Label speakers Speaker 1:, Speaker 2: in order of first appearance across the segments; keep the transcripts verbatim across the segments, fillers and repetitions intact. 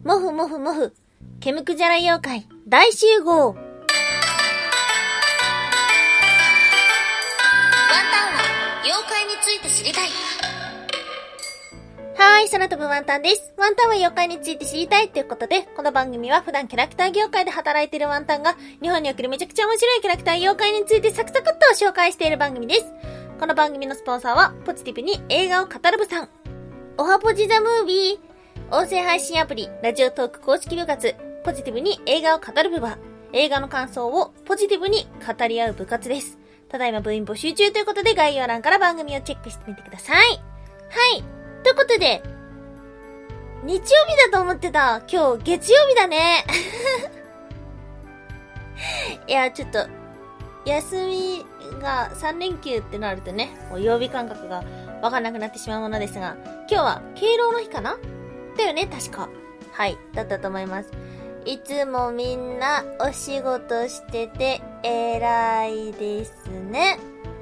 Speaker 1: もふもふもふ、ケムクジャラ妖怪大集合。ワンタンは妖怪について知りたい。はーい、空飛ぶワンタンです。ワンタンは妖怪について知りたいということで、この番組は普段キャラクター業界で働いているワンタンが、日本におけるめちゃくちゃ面白いキャラクター妖怪についてサクサクっと紹介している番組です。この番組のスポンサーは、ポジティブに映画を語る部さん。おはポジザムービー。音声配信アプリ、ラジオトーク公式部活、ポジティブに映画を語る部は、映画の感想をポジティブに語り合う部活です。ただいま部員募集中ということで、概要欄から番組をチェックしてみてください。はい。ということで、日曜日だと思ってた。今日月曜日だね。いや、ちょっと、休みがさん連休ってなるとね、もう曜日感覚がわかんなくなってしまうものですが、今日は敬老の日かなだよね、確か。はい、だったと思います。いつもみんなお仕事してて偉いですね。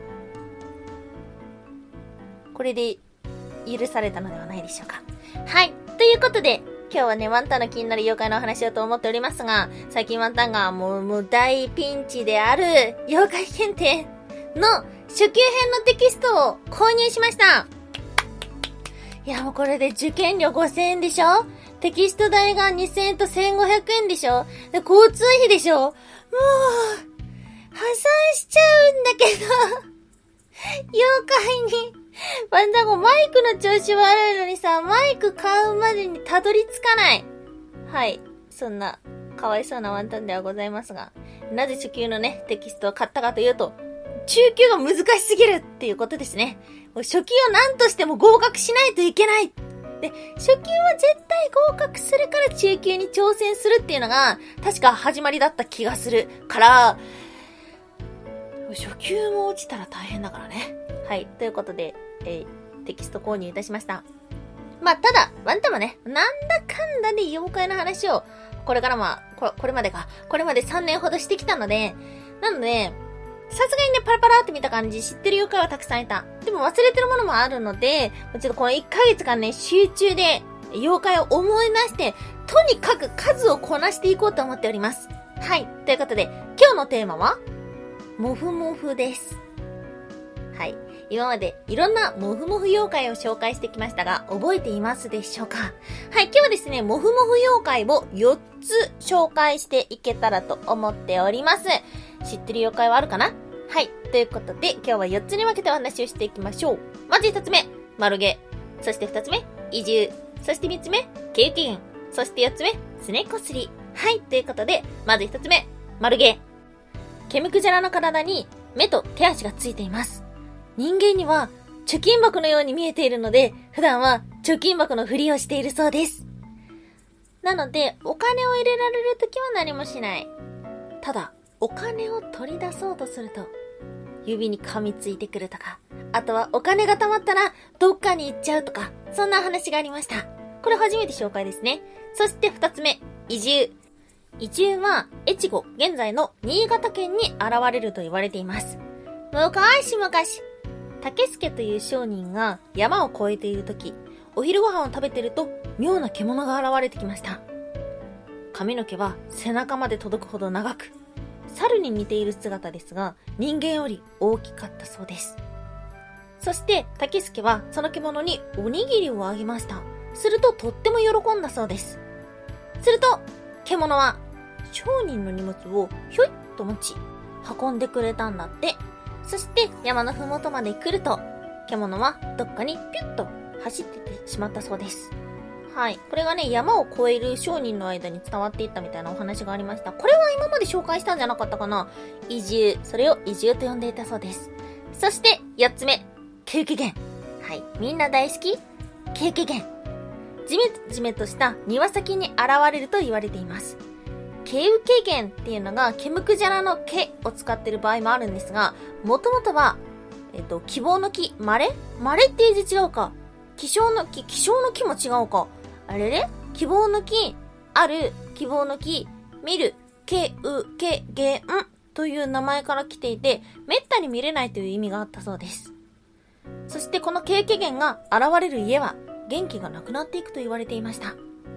Speaker 1: これで許されたのではないでしょうか。はい、ということで、今日はね、ワンタンの気になる妖怪のお話をと思っておりますが、最近ワンタンがもう、もう大ピンチである妖怪検定の初級編のテキストを購入しました。いや、もうこれで受験料ごせんえんでしょ？テキスト代がにせんえんとせんごひゃくえんでしょ？で、交通費でしょ？もう、破産しちゃうんだけど、妖怪に、ワンダゴマイクの調子悪いのにさ、マイク買うまでにたどり着かない。はい。そんな、かわいそうなワンタンではございますが、なぜ初級のね、テキストを買ったかというと、中級が難しすぎるっていうことですね。初級を何としても合格しないといけない。で、初級は絶対合格するから中級に挑戦するっていうのが、確か始まりだった気がするから、初級も落ちたら大変だからね。はい。ということで、えー、テキスト購入いたしました。まあ、ただ、ワンタンもね、なんだかんだで妖怪の話を、これからまあ、こ、これまでか、これまでさんねんほどしてきたので、なので、さすがにね、パラパラって見た感じ、知ってる妖怪はたくさんいた。でも忘れてるものもあるので、ちょっとこのいっかげつかんね、集中で、妖怪を思い出して、とにかく数をこなしていこうと思っております。はい。ということで、今日のテーマは、もふもふです。はい。今までいろんなもふもふ妖怪を紹介してきましたが、覚えていますでしょうか？はい。今日はですね、もふもふ妖怪をよっつ紹介していけたらと思っております。知ってる妖怪はあるかな？はい。ということで、今日はよっつに分けてお話をしていきましょう。まずひとつめ、丸毛。そしてふたつめ、移住。そしてみっつめ、経験。そしてよっつめ、すねこすり。はい。ということで、まずひとつめ、丸毛。ケムクジャラの体に目と手足がついています。人間には貯金箱のように見えているので、普段は貯金箱のふりをしているそうです。なので、お金を入れられるときは何もしない。ただ、お金を取り出そうとすると、指に噛みついてくるとか、あとはお金が貯まったらどっかに行っちゃうとか、そんな話がありました。これ初めて紹介ですね。そして二つ目、移住。移住は、越後、現在の新潟県に現れると言われています。昔々、竹助という商人が山を越えているとき、お昼ご飯を食べていると妙な獣が現れてきました。髪の毛は背中まで届くほど長く、猿に似ている姿ですが、人間より大きかったそうです。そして竹助はその獣におにぎりをあげました。するととっても喜んだそうです。すると獣は商人の荷物をひょいっと持ち運んでくれたんだって。そして山のふもとまで来ると、獣はどっかにピュッと走ってってしまったそうです。はい。これがね、山を越える商人の間に伝わっていったみたいなお話がありました。これは今まで紹介したんじゃなかったかな？移住。それを移住と呼んでいたそうです。そしてよっつめ、ケウケゲン。はい。みんな大好き？ケウケゲン。じめじめとした庭先に現れると言われています。ケウケゲンっていうのがケムクジャラの毛を使っている場合もあるんですが、もともとは、えっと、希望の木、マレ？マレっていう字違うか。希少の木、希少の木も違うか。あれれ？希望の木、ある、希望の木、見る、ケウケゲンという名前から来ていて、めったに見れないという意味があったそうです。そしてこのケウケゲンが現れる家は、元気がなくなっていくと言われていました。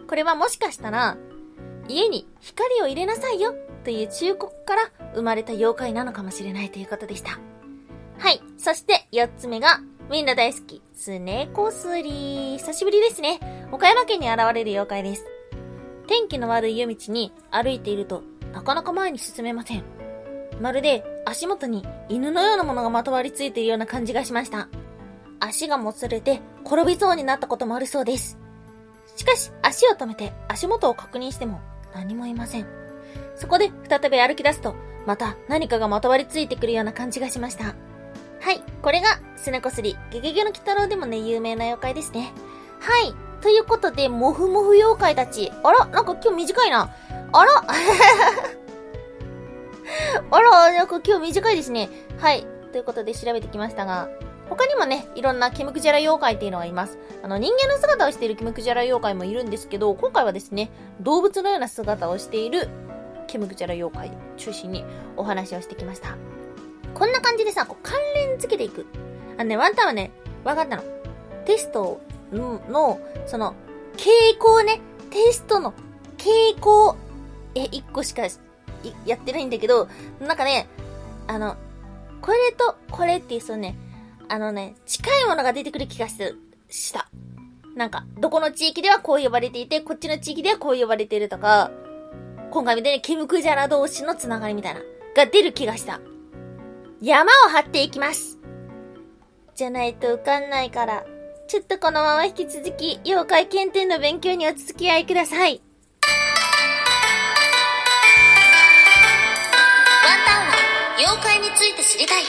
Speaker 1: これはもしかしたら、家に光を入れなさいよという忠告から生まれた妖怪なのかもしれないということでした。はい。そしてよっつめが、みんな大好き、スネコスリ。久しぶりですね。岡山県に現れる妖怪です。天気の悪い夜道に歩いていると、なかなか前に進めません。まるで足元に犬のようなものがまとわりついているような感じがしました。足がもつれて転びそうになったこともあるそうです。しかし足を止めて足元を確認しても何もいません。そこで再び歩き出すと、また何かがまとわりついてくるような感じがしました。はい、これがスネコスリ、ゲゲゲの鬼太郎でもね、有名な妖怪ですね。はい、ということで、モフモフ妖怪たち。あら、なんか今日短いな。あらあら、なんか今日短いですね。はい。ということで調べてきましたが、他にもね、いろんなケムクジャラ妖怪っていうのがいます。あの、人間の姿をしているケムクジャラ妖怪もいるんですけど、今回はですね、動物のような姿をしているケムクジャラ妖怪中心にお話をしてきました。こんな感じでさ、こう関連付けていく。あのね、ワンタンはね、わかったの。テストの、その、傾向ね、テストの傾向、え、一個しかやってないんだけど、なんかね、あの、これとこれっていうそのね、あのね、近いものが出てくる気がする、した。なんか、どこの地域ではこう呼ばれていて、こっちの地域ではこう呼ばれているとか、今回みたいにケムクジャラ同士のつながりみたいな、が出る気がした。山を張っていきます。じゃないと受かんないから、ちょっとこのまま引き続き、妖怪検定の勉強にお付き合いください。ワンタンは妖怪について知りたい。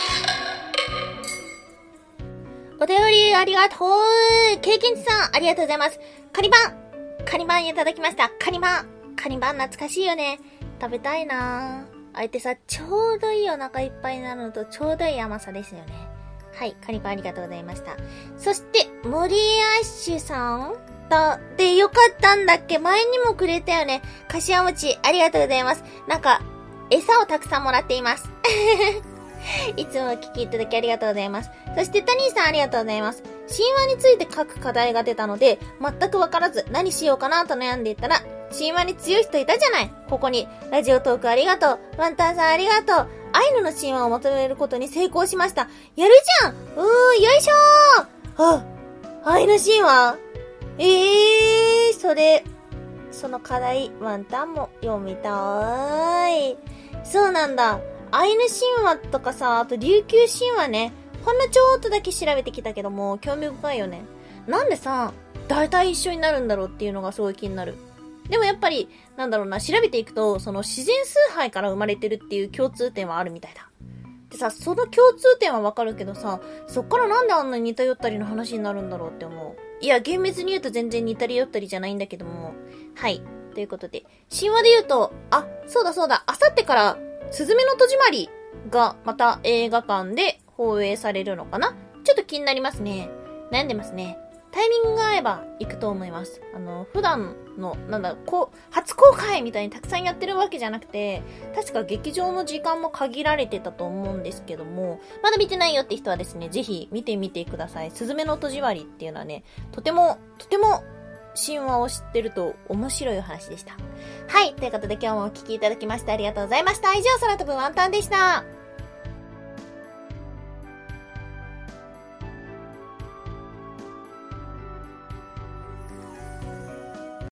Speaker 1: お便りありがとう。経験値さん、ありがとうございます。カニバン。カニバンいただきました。カニバン。カニバン懐かしいよね。食べたいなぁ。あえてさ、ちょうどいいお腹いっぱいになるのとちょうどいい甘さですよね。はい、カニバンありがとうございました。そして、森アッシュさんだ、でよかったんだっけ？前にもくれたよね。かしわ餅、ありがとうございます。なんか、餌をたくさんもらっています。いつもお聞きいただきありがとうございます。そしてタニーさんありがとうございます。神話について書く課題が出たので、全くわからず何しようかなと悩んでいたら、神話に強い人いたじゃない。ここに、ラジオトークありがとう。ワンタンさんありがとう。アイヌの神話を求めることに成功しました。やるじゃん。うー、よいしょー。あ、アイヌ神話ええー、それ、その課題、ワンタンも読みたーい。そうなんだ。アイヌ神話とかさ、あと琉球神話ね。ほんのちょっとだけ調べてきたけども、興味深いよね。なんでさ、大体一緒になるんだろうっていうのがすごい気になる。でもやっぱり、なんだろうな、調べていくと、その自然崇拝から生まれてるっていう共通点はあるみたいだ。でさ、その共通点はわかるけどさ、そっからなんであんなに似たよったりの話になるんだろうって思う。いや、厳密に言うと全然似たりよったりじゃないんだけども。はい。ということで、神話で言うと、あ、そうだそうだ、あさってから、すずめの戸締まりがまた映画館で放映されるのかな？ちょっと気になりますね。悩んでますね。タイミングが合えば行くと思います。あの、普段の、なんだ、こう、初公開みたいにたくさんやってるわけじゃなくて、確か劇場の時間も限られてたと思うんですけども、まだ見てないよって人はですね、ぜひ見てみてください。すずめの戸締まりっていうのはね、とても、とても、神話を知ってると面白いお話でした。はい。ということで今日もお聞きいただきましてありがとうございました。以上、空飛ぶワンタンでした。